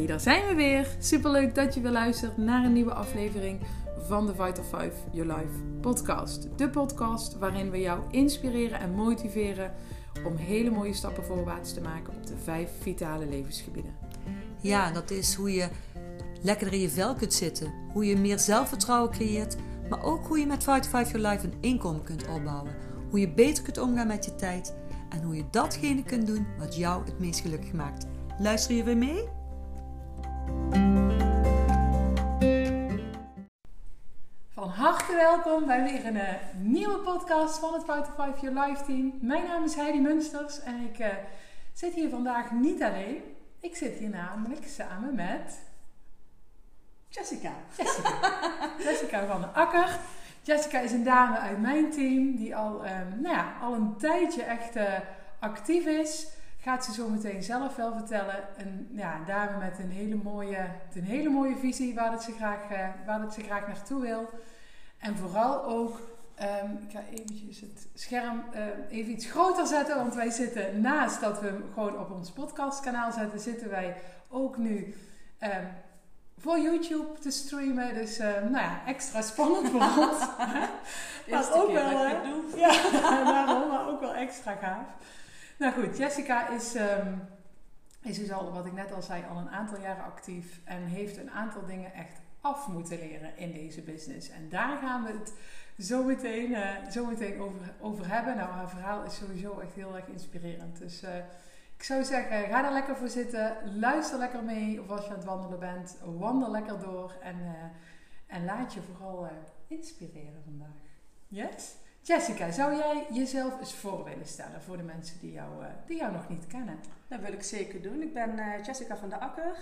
Hey, daar zijn we weer. Superleuk dat je weer luistert naar een nieuwe aflevering van de Vital 5 Your Life podcast. De podcast waarin we jou inspireren en motiveren om hele mooie stappen voorwaarts te maken op de 5 vitale levensgebieden. Ja, dat is hoe je lekkerder in je vel kunt zitten. Hoe je meer zelfvertrouwen creëert. Maar ook hoe je met Vital 5 Your Life een inkomen kunt opbouwen. Hoe je beter kunt omgaan met je tijd. En hoe je datgene kunt doen wat jou het meest gelukkig maakt. Luister je weer mee? Van harte welkom bij weer een nieuwe podcast van het Vital 5 Your Life team. Mijn naam is Heidi Munsters en ik zit hier vandaag niet alleen. Ik zit hier namelijk samen met Jessica van den Akker. Jessica is een dame uit mijn team die al een tijdje echt actief is. Gaat ze zo meteen zelf wel vertellen. Een dame met een hele mooie visie waar het ze graag naartoe wil. En vooral ook, ik ga eventjes het scherm even iets groter zetten. Want wij zitten naast dat we hem gewoon op ons podcastkanaal zetten, zitten wij ook nu voor YouTube te streamen. Dus extra spannend voor ons. Maar ook wel, daarom, maar ook wel extra gaaf. Nou goed, Jessica is dus al, wat ik net al zei, al een aantal jaren actief. En heeft een aantal dingen echt af moeten leren in deze business. En daar gaan we het zo meteen over hebben. Nou, haar verhaal is sowieso echt heel erg inspirerend. Dus ik zou zeggen, ga daar lekker voor zitten. Luister lekker mee. Of als je aan het wandelen bent, wandel lekker door. En laat je vooral inspireren vandaag. Yes? Jessica, zou jij jezelf eens voor willen stellen voor de mensen die jou nog niet kennen? Dat wil ik zeker doen. Ik ben Jessica van den Akker.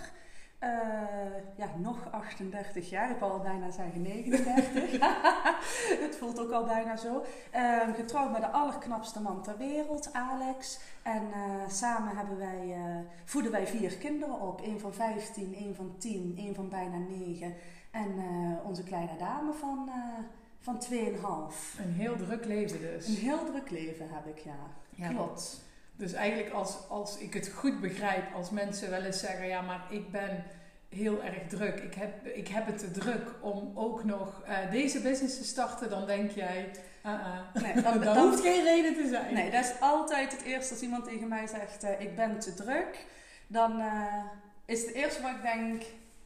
Nog 38 jaar. Ik wil al bijna zeggen 39. Het voelt ook al bijna zo. Getrouwd met de allerknapste man ter wereld, Alex. En samen voeden wij 4 kinderen op. 1 van 15, 1 van 10, 1 van bijna 9. En onze kleine dame van 2,5. Een heel druk leven dus. Een heel druk leven heb ik, ja. Klopt. Dus eigenlijk als ik het goed begrijp, als mensen wel eens zeggen, ja, maar ik ben heel erg druk. Ik heb het te druk om ook nog deze business te starten, dan denk jij, nee, dat hoeft geen reden te zijn. Nee, dat is altijd het eerste als iemand tegen mij zegt, ik ben te druk. Dan is het eerste wat ik denk,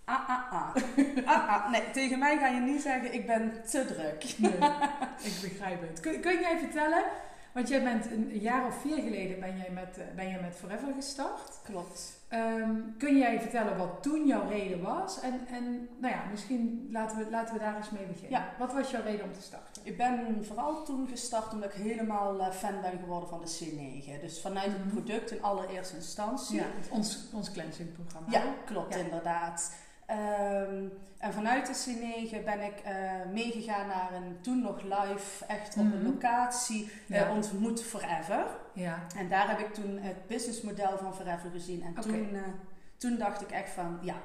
Nee, tegen mij ga je niet zeggen, ik ben te druk. Nee, ik begrijp het. Kun jij vertellen, want jij bent een jaar of 4 geleden ben jij met Forever gestart. Klopt. Kun jij vertellen wat toen jouw reden was? En misschien laten we daar eens mee beginnen. Ja. Wat was jouw reden om te starten? Ik ben vooral toen gestart omdat ik helemaal fan ben geworden van de C9. Dus vanuit het product in allereerste instantie. Ja, ons cleansing programma. Ja, klopt, inderdaad. En vanuit de C9 ben ik meegegaan naar een toen nog live, echt op een locatie, ontmoet Forever. Ja. En daar heb ik toen het businessmodel van Forever gezien. En toen dacht ik echt van, ja,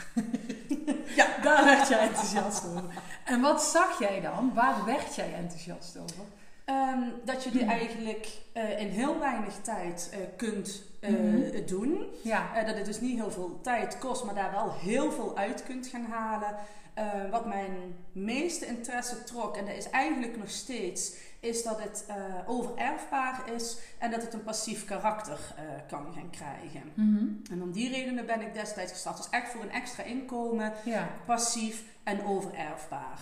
daar werd jij enthousiast over. En wat zag jij dan? Waar werd jij enthousiast over? Dat je die eigenlijk in heel weinig tijd kunt doen. Ja. Dat het dus niet heel veel tijd kost, maar daar wel heel veel uit kunt gaan halen. Wat mijn meeste interesse trok, en dat is eigenlijk nog steeds, is dat het overerfbaar is en dat het een passief karakter kan gaan krijgen. Mm-hmm. En om die redenen ben ik destijds gestart. Dus echt voor een extra inkomen, passief en overerfbaar.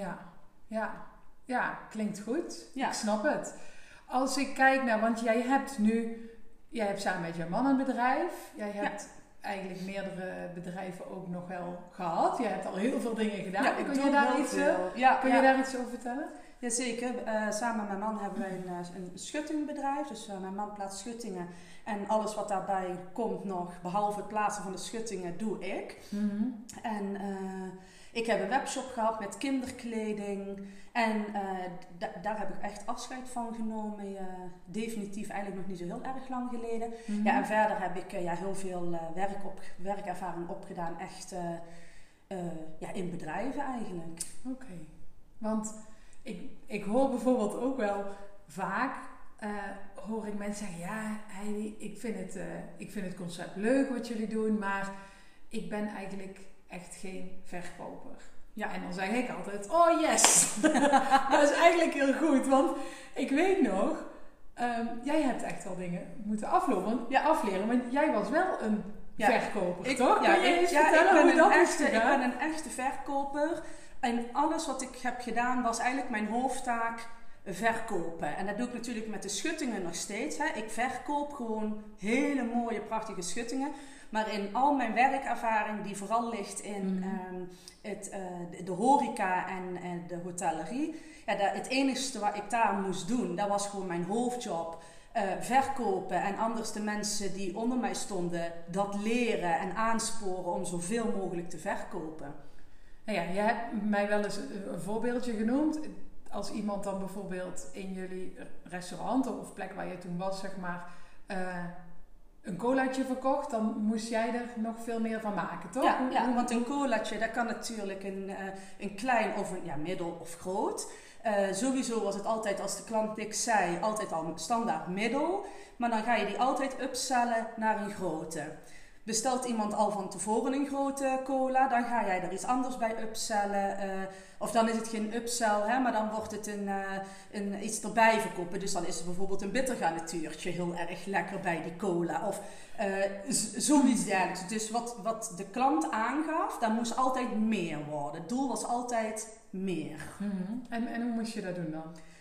Ja, klinkt goed. Ja. Ik snap het. Als ik kijk naar, want jij hebt samen met je man een bedrijf. Jij hebt eigenlijk meerdere bedrijven ook nog wel gehad. Jij hebt al heel veel dingen gedaan. Ja, kun je daar iets over vertellen? Jazeker. Samen met mijn man hebben wij een schuttingbedrijf. Dus mijn man plaatst schuttingen. En alles wat daarbij komt nog, behalve het plaatsen van de schuttingen, doe ik. Mm-hmm. En ik heb een webshop gehad met kinderkleding. En daar heb ik echt afscheid van genomen. Definitief eigenlijk nog niet zo heel erg lang geleden. Mm-hmm. Ja, en verder heb ik heel veel werkervaring opgedaan. Echt in bedrijven eigenlijk. Oké. Want ik hoor bijvoorbeeld ook wel vaak, hoor ik mensen zeggen, ja Heidi, ik vind het concept leuk wat jullie doen, maar ik ben eigenlijk echt geen verkoper. Ja, en dan zeg ik altijd, oh yes! Dat is eigenlijk heel goed, want ik weet nog, jij hebt echt wel dingen moeten afleren, want jij was wel een verkoper, toch? Kan je eens vertellen hoe dat is gegaan? Ik ben een echte verkoper en alles wat ik heb gedaan was eigenlijk mijn hoofdtaak verkopen. En dat doe ik natuurlijk met de schuttingen nog steeds. Hè. Ik verkoop gewoon hele mooie, prachtige schuttingen. Maar in al mijn werkervaring, die vooral ligt in de horeca en de hotellerie. Ja, het enige wat ik daar moest doen, dat was gewoon mijn hoofdjob. Verkopen en anders de mensen die onder mij stonden dat leren en aansporen om zoveel mogelijk te verkopen. Nou ja, je hebt mij wel eens een voorbeeldje genoemd. Als iemand dan bijvoorbeeld in jullie restaurant of plek waar je toen was, zeg maar, een colaatje verkocht, dan moest jij er nog veel meer van maken, toch? Ja, want een colaatje, dat kan natuurlijk een klein of een middel of groot. Sowieso was het altijd, als de klant niks zei, altijd al standaard middel. Maar dan ga je die altijd upsellen naar een grote. Bestelt iemand al van tevoren een grote cola, dan ga jij er iets anders bij upsellen. Of dan is het geen upsell, hè, maar dan wordt het iets erbij verkopen. Dus dan is het bijvoorbeeld een bittergarnituurtje heel erg lekker bij die cola. Of zoiets dergelijks. Dus wat de klant aangaf, dat moest altijd meer worden. Het doel was altijd meer. Mm-hmm. En hoe moest je dat doen dan?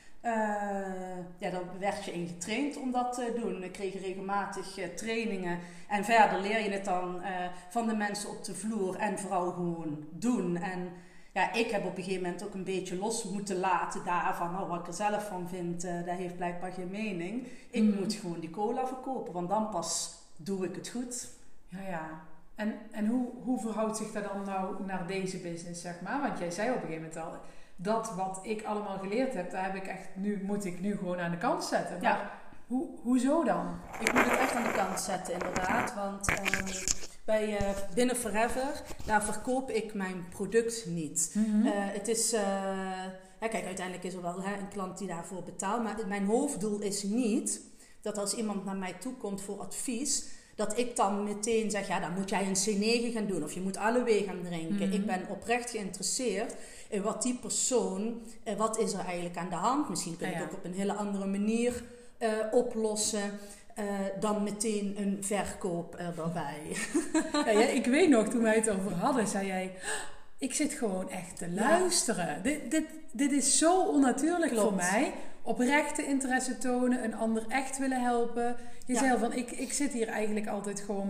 Dan werd je in getraind om dat te doen. Ik kreeg regelmatig trainingen. En verder leer je het dan van de mensen op de vloer. En vooral gewoon doen. En ja, ik heb op een gegeven moment ook een beetje los moeten laten daarvan. Wat ik er zelf van vind, dat heeft blijkbaar geen mening. Ik moet gewoon die cola verkopen. Want dan pas doe ik het goed. Ja. En hoe verhoudt zich dat dan nou naar deze business, zeg maar? Want jij zei op een gegeven moment al, dat wat ik allemaal geleerd heb, daar heb ik echt moet ik nu gewoon aan de kant zetten. Maar hoezo dan? Ik moet het echt aan de kant zetten, inderdaad. Want binnen Forever, daar verkoop ik mijn product niet. Mm-hmm. Het is... kijk, uiteindelijk is er wel een klant die daarvoor betaalt. Maar mijn hoofddoel is niet dat als iemand naar mij toe komt voor advies, dat ik dan meteen zeg, dan moet jij een C9 gaan doen. Of je moet aloe gaan drinken. Mm-hmm. Ik ben oprecht geïnteresseerd in wat die persoon, wat is er eigenlijk aan de hand. Misschien kun je het ook op een hele andere manier oplossen. Dan meteen een verkoop erbij. Ik weet nog, toen wij het over hadden, zei jij, ik zit gewoon echt te luisteren. Dit is zo onnatuurlijk voor mij. Oprechte interesse tonen, een ander echt willen helpen. Je zei al van, ik zit hier eigenlijk altijd gewoon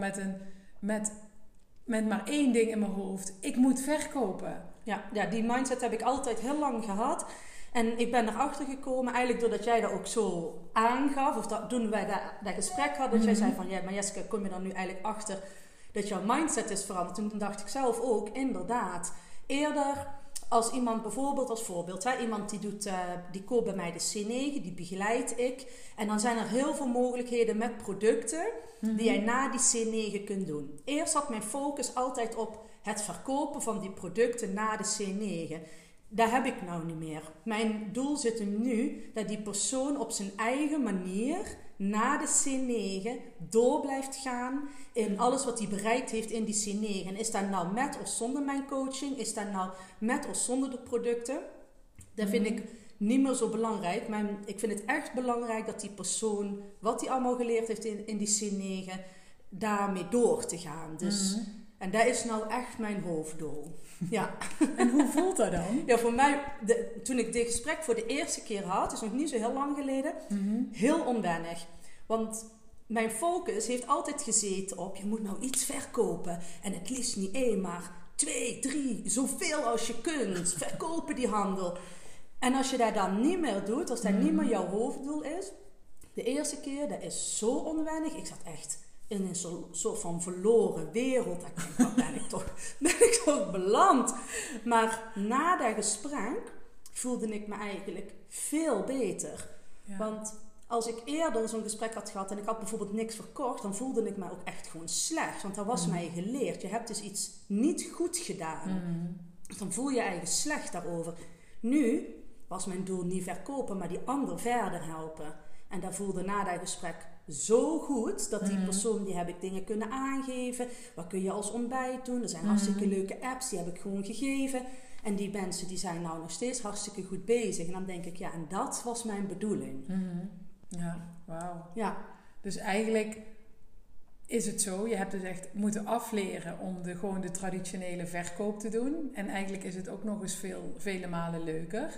met maar één ding in mijn hoofd. Ik moet verkopen. Ja, die mindset heb ik altijd heel lang gehad. En ik ben erachter gekomen, eigenlijk doordat jij dat ook zo aangaf, of toen wij dat gesprek hadden, dat jij zei van, maar Jessica, kom je dan nu eigenlijk achter dat jouw mindset is veranderd? Toen dacht ik zelf ook, inderdaad, eerder als iemand bijvoorbeeld, als voorbeeld, iemand die koopt bij mij de C9, die begeleid ik. En dan zijn er heel veel mogelijkheden met producten die jij na die C9 kunt doen. Eerst had mijn focus altijd op het verkopen van die producten na de C9. Dat heb ik nou niet meer. Mijn doel zit hem nu dat die persoon op zijn eigen manier na de C9 door blijft gaan in alles wat hij bereikt heeft in die C9. En is dat nou met of zonder mijn coaching? Is dat nou met of zonder de producten? Dat vind ik niet meer zo belangrijk. Maar ik vind het echt belangrijk dat die persoon, wat hij allemaal geleerd heeft in die C9, daarmee door te gaan. Dus, en dat is nou echt mijn hoofddoel. Ja. En hoe voelt dat dan? Ja, voor mij, toen ik dit gesprek voor de eerste keer had, is nog niet zo heel lang geleden, heel onwennig. Want mijn focus heeft altijd gezeten op, je moet nou iets verkopen. En het liefst niet 1, maar 2, 3, zoveel als je kunt. Verkopen die handel. En als je dat dan niet meer doet, als dat niet meer jouw hoofddoel is, de eerste keer, dat is zo onwennig. Ik zat echt in een soort van verloren wereld. Daar ben ik toch beland. Maar na dat gesprek voelde ik me eigenlijk veel beter. Ja. Want als ik eerder zo'n gesprek had gehad en ik had bijvoorbeeld niks verkocht, dan voelde ik me ook echt gewoon slecht. Want dat was mij geleerd. Je hebt dus iets niet goed gedaan. Dan voel je je eigen slecht daarover. Nu was mijn doel niet verkopen, maar die ander verder helpen. En dat voelde na dat gesprek zo goed dat die persoon, die heb ik dingen kunnen aangeven. Wat kun je als ontbijt doen? Er zijn hartstikke leuke apps, die heb ik gewoon gegeven. En die mensen die zijn nou nog steeds hartstikke goed bezig. En dan denk ik, ja, en dat was mijn bedoeling. Ja, wauw. Ja. Dus eigenlijk is het zo, je hebt dus echt moeten afleren om gewoon de traditionele verkoop te doen. En eigenlijk is het ook nog eens vele malen leuker.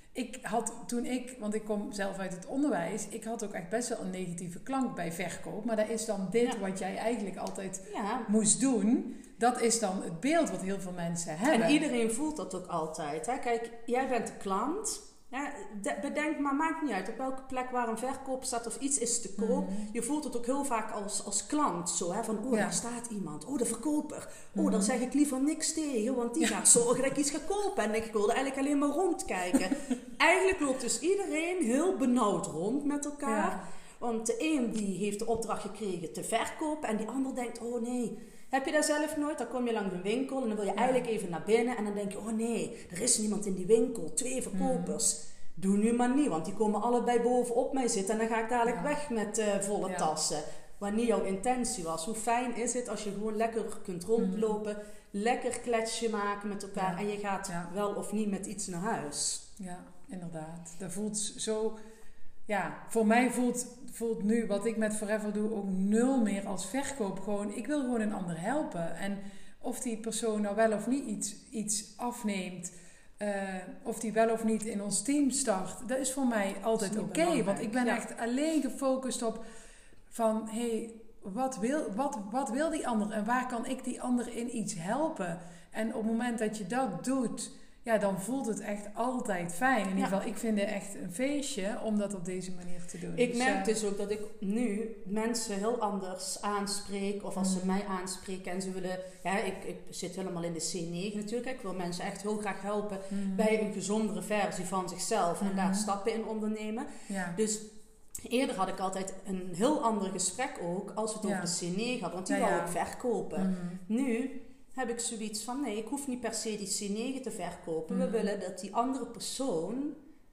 Want ik kom zelf uit het onderwijs, ik had ook echt best wel een negatieve klank bij verkoop. Maar dat is dan dit wat jij eigenlijk altijd moest doen. Dat is dan het beeld wat heel veel mensen hebben. En iedereen voelt dat ook altijd. Hè? Kijk, jij bent de klant. Ja, bedenk maar, maakt niet uit op welke plek waar een verkoop staat of iets is te koop. Je voelt het ook heel vaak als klant zo. Hè? Van, daar staat iemand. De verkoper. Daar zeg ik liever niks tegen, want die gaat zorgen dat ik iets ga kopen. En ik wilde eigenlijk alleen maar rondkijken. Eigenlijk loopt dus iedereen heel benauwd rond met elkaar. Ja. Want de een die heeft de opdracht gekregen te verkopen en die ander denkt, oh nee. Heb je dat zelf nooit? Dan kom je langs een winkel en dan wil je eigenlijk even naar binnen. En dan denk je, oh nee, er is niemand in die winkel. 2 verkopers. Doe nu maar niet, want die komen allebei bovenop mij zitten. En dan ga ik dadelijk weg met volle tassen. Wat niet jouw intentie was. Hoe fijn is het als je gewoon lekker kunt rondlopen. Lekker kletsje maken met elkaar. En je gaat wel of niet met iets naar huis. Ja, inderdaad. Dat voelt zo... Ja, voor mij voelt nu wat ik met Forever doe ook 0 meer als verkoop. Gewoon, ik wil gewoon een ander helpen. En of die persoon nou wel of niet iets afneemt, of die wel of niet in ons team start, dat is voor mij altijd oké. Want ik ben echt alleen gefocust op van, wat wil die ander en waar kan ik die ander in iets helpen? En op het moment dat je dat doet, ja, dan voelt het echt altijd fijn. In ieder geval, ik vind het echt een feestje om dat op deze manier te doen. Ik merk dus ook dat ik nu mensen heel anders aanspreek. Of als ze mij aanspreken en ze willen... Ja, ik zit helemaal in de C9 natuurlijk. Ik wil mensen echt heel graag helpen bij een gezondere versie van zichzelf. En daar stappen in ondernemen. Ja. Dus eerder had ik altijd een heel ander gesprek ook als we het over de C9 hadden. Want die wou ik verkopen. Nu heb ik zoiets van, nee, ik hoef niet per se die C9 te verkopen. We willen dat die andere persoon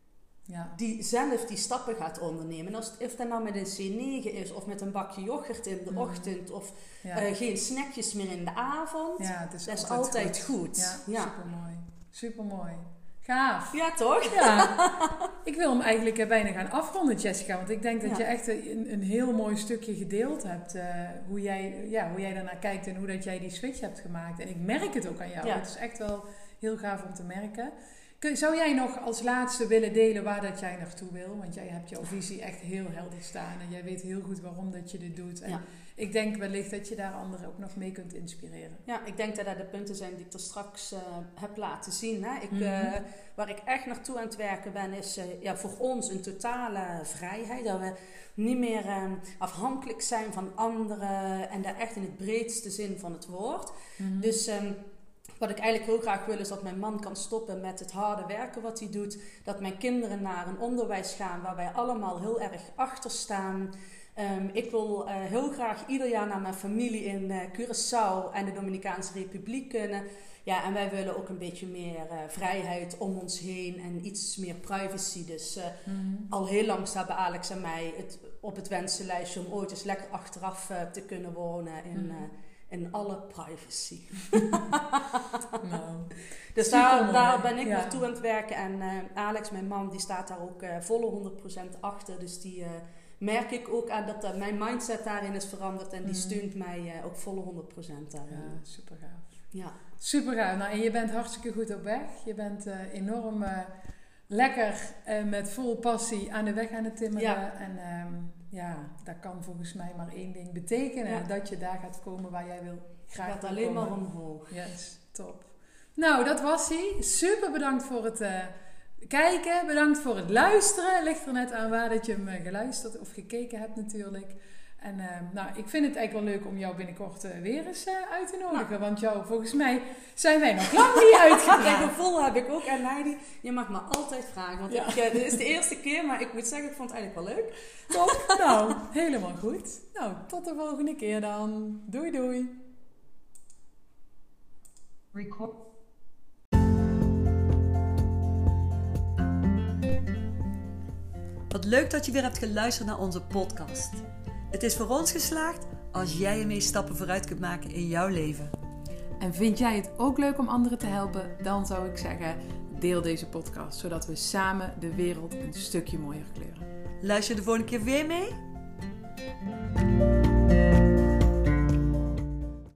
die zelf die stappen gaat ondernemen. Of dat nou met een C9 is, of met een bakje yoghurt in de ochtend, of geen snackjes meer in de avond. Ja, dat is altijd goed. Ja, supermooi. Supermooi. Gaaf. Ja, toch? Ja. Ik wil hem eigenlijk bijna gaan afronden, Jessica. Want ik denk dat je echt een heel mooi stukje gedeeld hebt. Hoe jij daarnaar kijkt en hoe dat jij die switch hebt gemaakt. En ik merk het ook aan jou. Het is echt wel heel gaaf om te merken. Zou jij nog als laatste willen delen waar dat jij naartoe wil? Want jij hebt jouw visie echt heel helder staan. En jij weet heel goed waarom dat je dit doet. En ik denk wellicht dat je daar anderen ook nog mee kunt inspireren. Ja, ik denk dat dat de punten zijn die ik er straks heb laten zien. Hè? Waar ik echt naartoe aan het werken ben is voor ons een totale vrijheid. Dat we niet meer afhankelijk zijn van anderen. En dat echt in het breedste zin van het woord. Dus... wat ik eigenlijk heel graag wil is dat mijn man kan stoppen met het harde werken wat hij doet. Dat mijn kinderen naar een onderwijs gaan waar wij allemaal heel erg achter staan. Ik wil heel graag ieder jaar naar mijn familie in Curaçao en de Dominicaanse Republiek kunnen. Ja, en wij willen ook een beetje meer vrijheid om ons heen en iets meer privacy. Dus al heel lang staat bij Alex en mij op het wensenlijstje om ooit eens lekker achteraf te kunnen wonen in alle privacy. Dus daar ben ik naartoe aan het werken. En Alex, mijn man, die staat daar ook volle 100% achter. Dus die merk ik ook aan dat mijn mindset daarin is veranderd. En die steunt mij ook volle 100% daarin. Ja, super gaaf. Ja. Super gaaf. Nou, en je bent hartstikke goed op weg. Je bent enorm lekker met vol passie aan de weg aan het timmeren. Ja. En dat kan volgens mij maar één ding betekenen. Ja. Dat je daar gaat komen waar jij wil. Graag gaat alleen maar omhoog. Yes, top. Nou, dat was hij. Super bedankt voor het kijken. Bedankt voor het luisteren. Ligt er net aan waar dat je hem geluisterd of gekeken hebt natuurlijk. En ik vind het eigenlijk wel leuk om jou binnenkort weer eens uit te nodigen. Want volgens mij zijn wij nog lang niet uitgepraat. Dat gevoel heb ik ook. En Heidi, je mag me altijd vragen. Want dit is de eerste keer, maar ik moet zeggen, ik vond het eigenlijk wel leuk. Top. Nou, helemaal goed. Nou, tot de volgende keer dan. Doei doei. Record. Wat leuk dat je weer hebt geluisterd naar onze podcast. Het is voor ons geslaagd als jij ermee stappen vooruit kunt maken in jouw leven. En vind jij het ook leuk om anderen te helpen? Dan zou ik zeggen, deel deze podcast, zodat we samen de wereld een stukje mooier kleuren. Luister je de volgende keer weer mee?